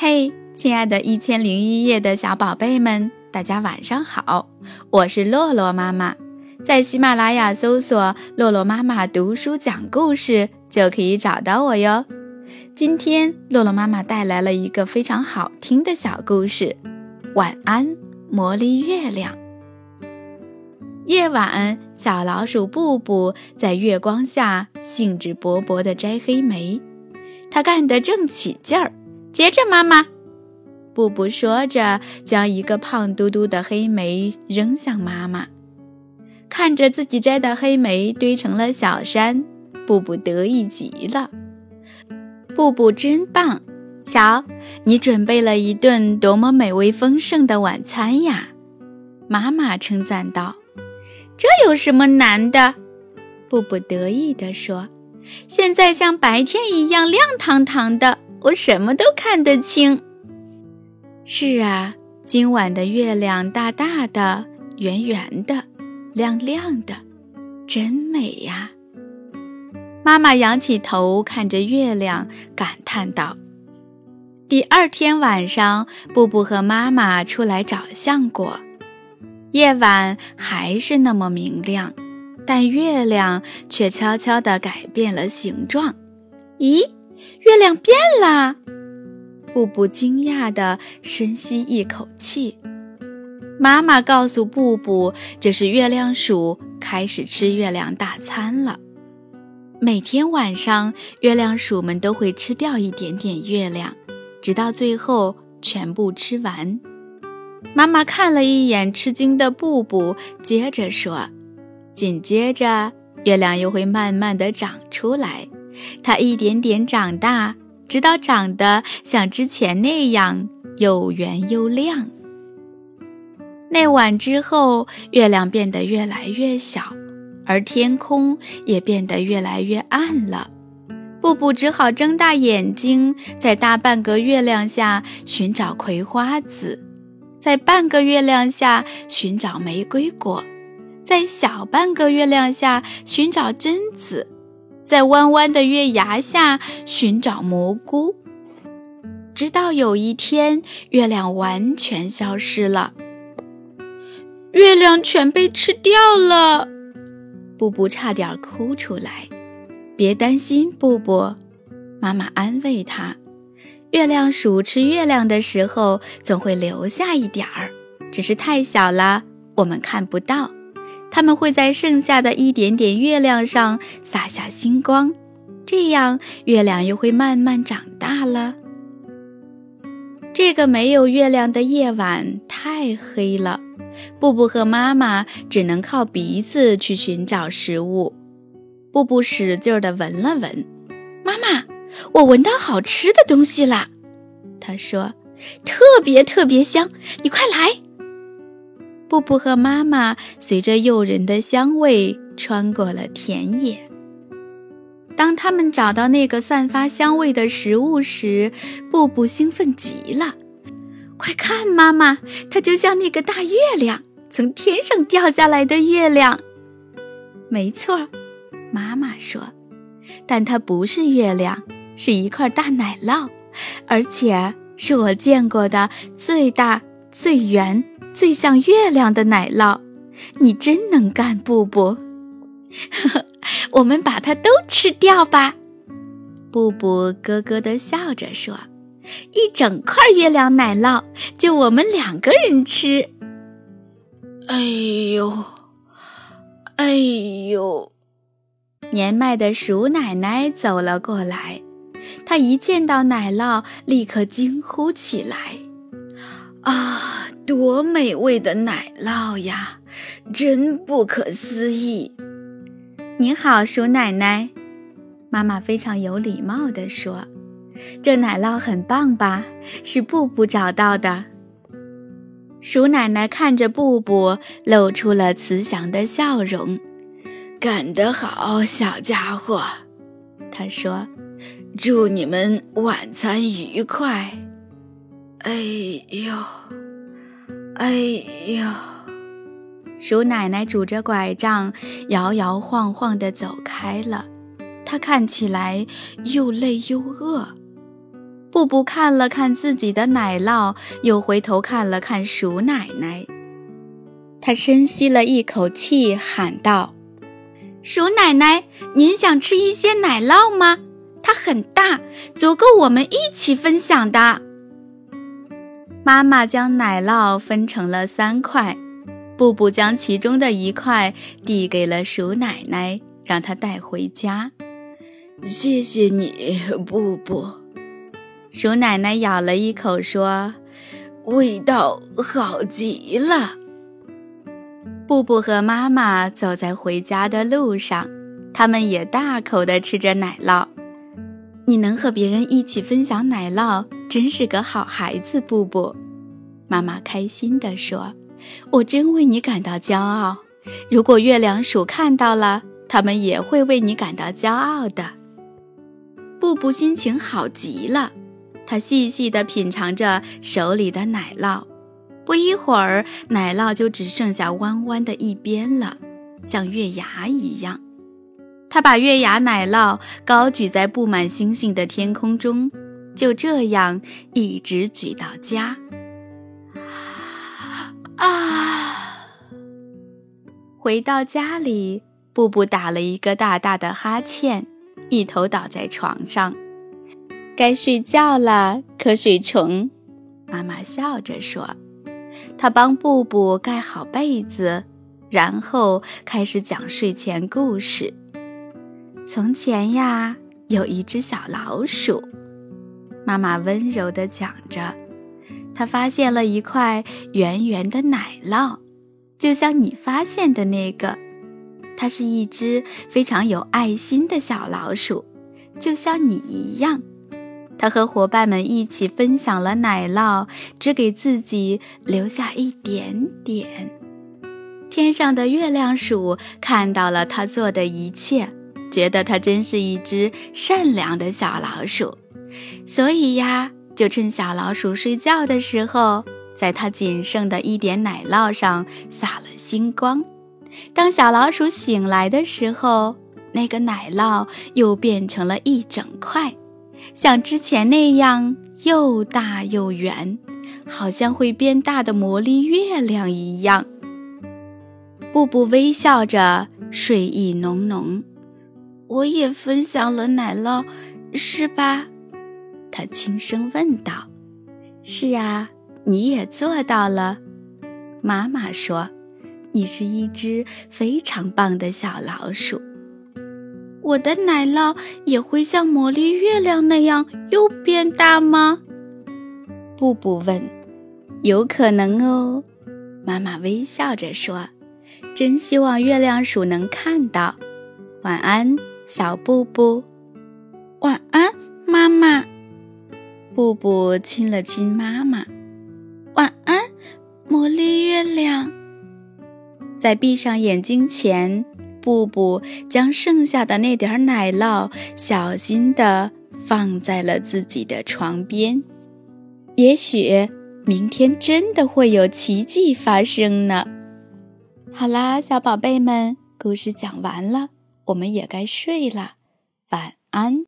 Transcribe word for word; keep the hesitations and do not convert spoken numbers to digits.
嘿，亲爱的一千零一夜的小宝贝们，大家晚上好，我是洛洛妈妈。在喜马拉雅搜索洛洛妈妈读书讲故事就可以找到我哟。今天洛洛妈妈带来了一个非常好听的小故事，晚安魔力月亮。夜晚，小老鼠布布在月光下兴致勃勃地摘黑莓，他干得正起劲儿。接着妈妈，布布说着，将一个胖嘟嘟的黑莓扔向妈妈。看着自己摘的黑莓堆成了小山，布布得意极了。布布真棒，瞧，你准备了一顿多么美味丰盛的晚餐呀！妈妈称赞道。这有什么难的？布布得意地说，现在像白天一样亮堂堂的，我什么都看得清。是啊，今晚的月亮大大的，圆圆的，亮亮的，真美呀！妈妈仰起头看着月亮，感叹道。第二天晚上，布布和妈妈出来找橡果。夜晚还是那么明亮，但月亮却悄悄地改变了形状。咦，月亮变了！布布惊讶地深吸一口气。妈妈告诉布布，这是月亮鼠开始吃月亮大餐了。每天晚上，月亮鼠们都会吃掉一点点月亮，直到最后全部吃完。妈妈看了一眼吃惊的布布，接着说，紧接着月亮又会慢慢地长出来，它一点点长大，直到长得像之前那样又圆又亮。那晚之后，月亮变得越来越小，而天空也变得越来越暗了。布布只好睁大眼睛，在大半个月亮下寻找葵花籽，在半个月亮下寻找玫瑰果，在小半个月亮下寻找榛子，在弯弯的月牙下寻找蘑菇。直到有一天，月亮完全消失了。月亮全被吃掉了，布布差点哭出来。别担心，布布，妈妈安慰他。月亮鼠吃月亮的时候总会留下一点儿，只是太小了，我们看不到。它们会在剩下的一点点月亮上洒下星光，这样月亮又会慢慢长大了。这个没有月亮的夜晚太黑了，布布和妈妈只能靠鼻子去寻找食物。布布使劲地闻了闻，妈妈，我闻到好吃的东西啦，他说，特别特别香，你快来。布布和妈妈随着诱人的香味穿过了田野。当他们找到那个散发香味的食物时，布布兴奋极了。快看，妈妈，它就像那个大月亮，从天上掉下来的月亮。没错，妈妈说，但它不是月亮，是一块大奶酪，而且是我见过的最大、最圆、最像月亮的奶酪。你真能干，布布。我们把它都吃掉吧，布布咯咯地笑着说，一整块月亮奶酪，就我们两个人吃。哎呦，哎呦，年迈的鼠奶奶走了过来，她一见到奶酪，立刻惊呼起来。啊，多美味的奶酪呀，真不可思议。您好，鼠奶奶，妈妈非常有礼貌地说，这奶酪很棒吧，是布布找到的。鼠奶奶看着布布，露出了慈祥的笑容。干得好，小家伙，她说，祝你们晚餐愉快。哎呦，哎呦，鼠奶奶拄着拐杖摇摇晃晃地走开了，她看起来又累又饿。 布布看了看自己的奶酪，又回头看了看鼠奶奶。他深吸了一口气，喊道：鼠奶奶，您想吃一些奶酪吗？它很大，足够我们一起分享的。妈妈将奶酪分成了三块，布布将其中的一块递给了鼠奶奶，让她带回家。谢谢你，布布。鼠奶奶咬了一口说：味道好极了。布布和妈妈走在回家的路上，他们也大口地吃着奶酪。你能和别人一起分享奶酪，真是个好孩子，布布。妈妈开心地说：我真为你感到骄傲。如果月亮鼠看到了，他们也会为你感到骄傲的。布布心情好极了，他细细地品尝着手里的奶酪。不一会儿，奶酪就只剩下弯弯的一边了，像月牙一样。他把月牙奶酪高举在布满星星的天空中，就这样一直举到家。啊！回到家里，布布打了一个大大的哈欠，一头倒在床上。该睡觉了，瞌睡虫。妈妈笑着说。她帮布布盖好被子，然后开始讲睡前故事。从前呀，有一只小老鼠。妈妈温柔地讲着，她发现了一块圆圆的奶酪，就像你发现的那个。它是一只非常有爱心的小老鼠，就像你一样。他和伙伴们一起分享了奶酪，只给自己留下一点点。天上的月亮鼠看到了他做的一切，觉得他真是一只善良的小老鼠，所以呀，就趁小老鼠睡觉的时候，在它仅剩的一点奶酪上撒了星光。当小老鼠醒来的时候，那个奶酪又变成了一整块，像之前那样又大又圆，好像会变大的魔力月亮一样。布布微笑着，睡意浓浓。我也分享了奶酪，是吧？他轻声问道。是啊，你也做到了。妈妈说，你是一只非常棒的小老鼠。我的奶酪也会像魔力月亮那样又变大吗？布布问。有可能哦，妈妈微笑着说。真希望月亮鼠能看到。晚安，小布布。晚安，妈妈。布布亲了亲妈妈。晚安，魔力月亮。在闭上眼睛前，布布将剩下的那点奶酪小心地放在了自己的床边。也许明天真的会有奇迹发生呢。好啦，小宝贝们，故事讲完了，我们也该睡了，晚安。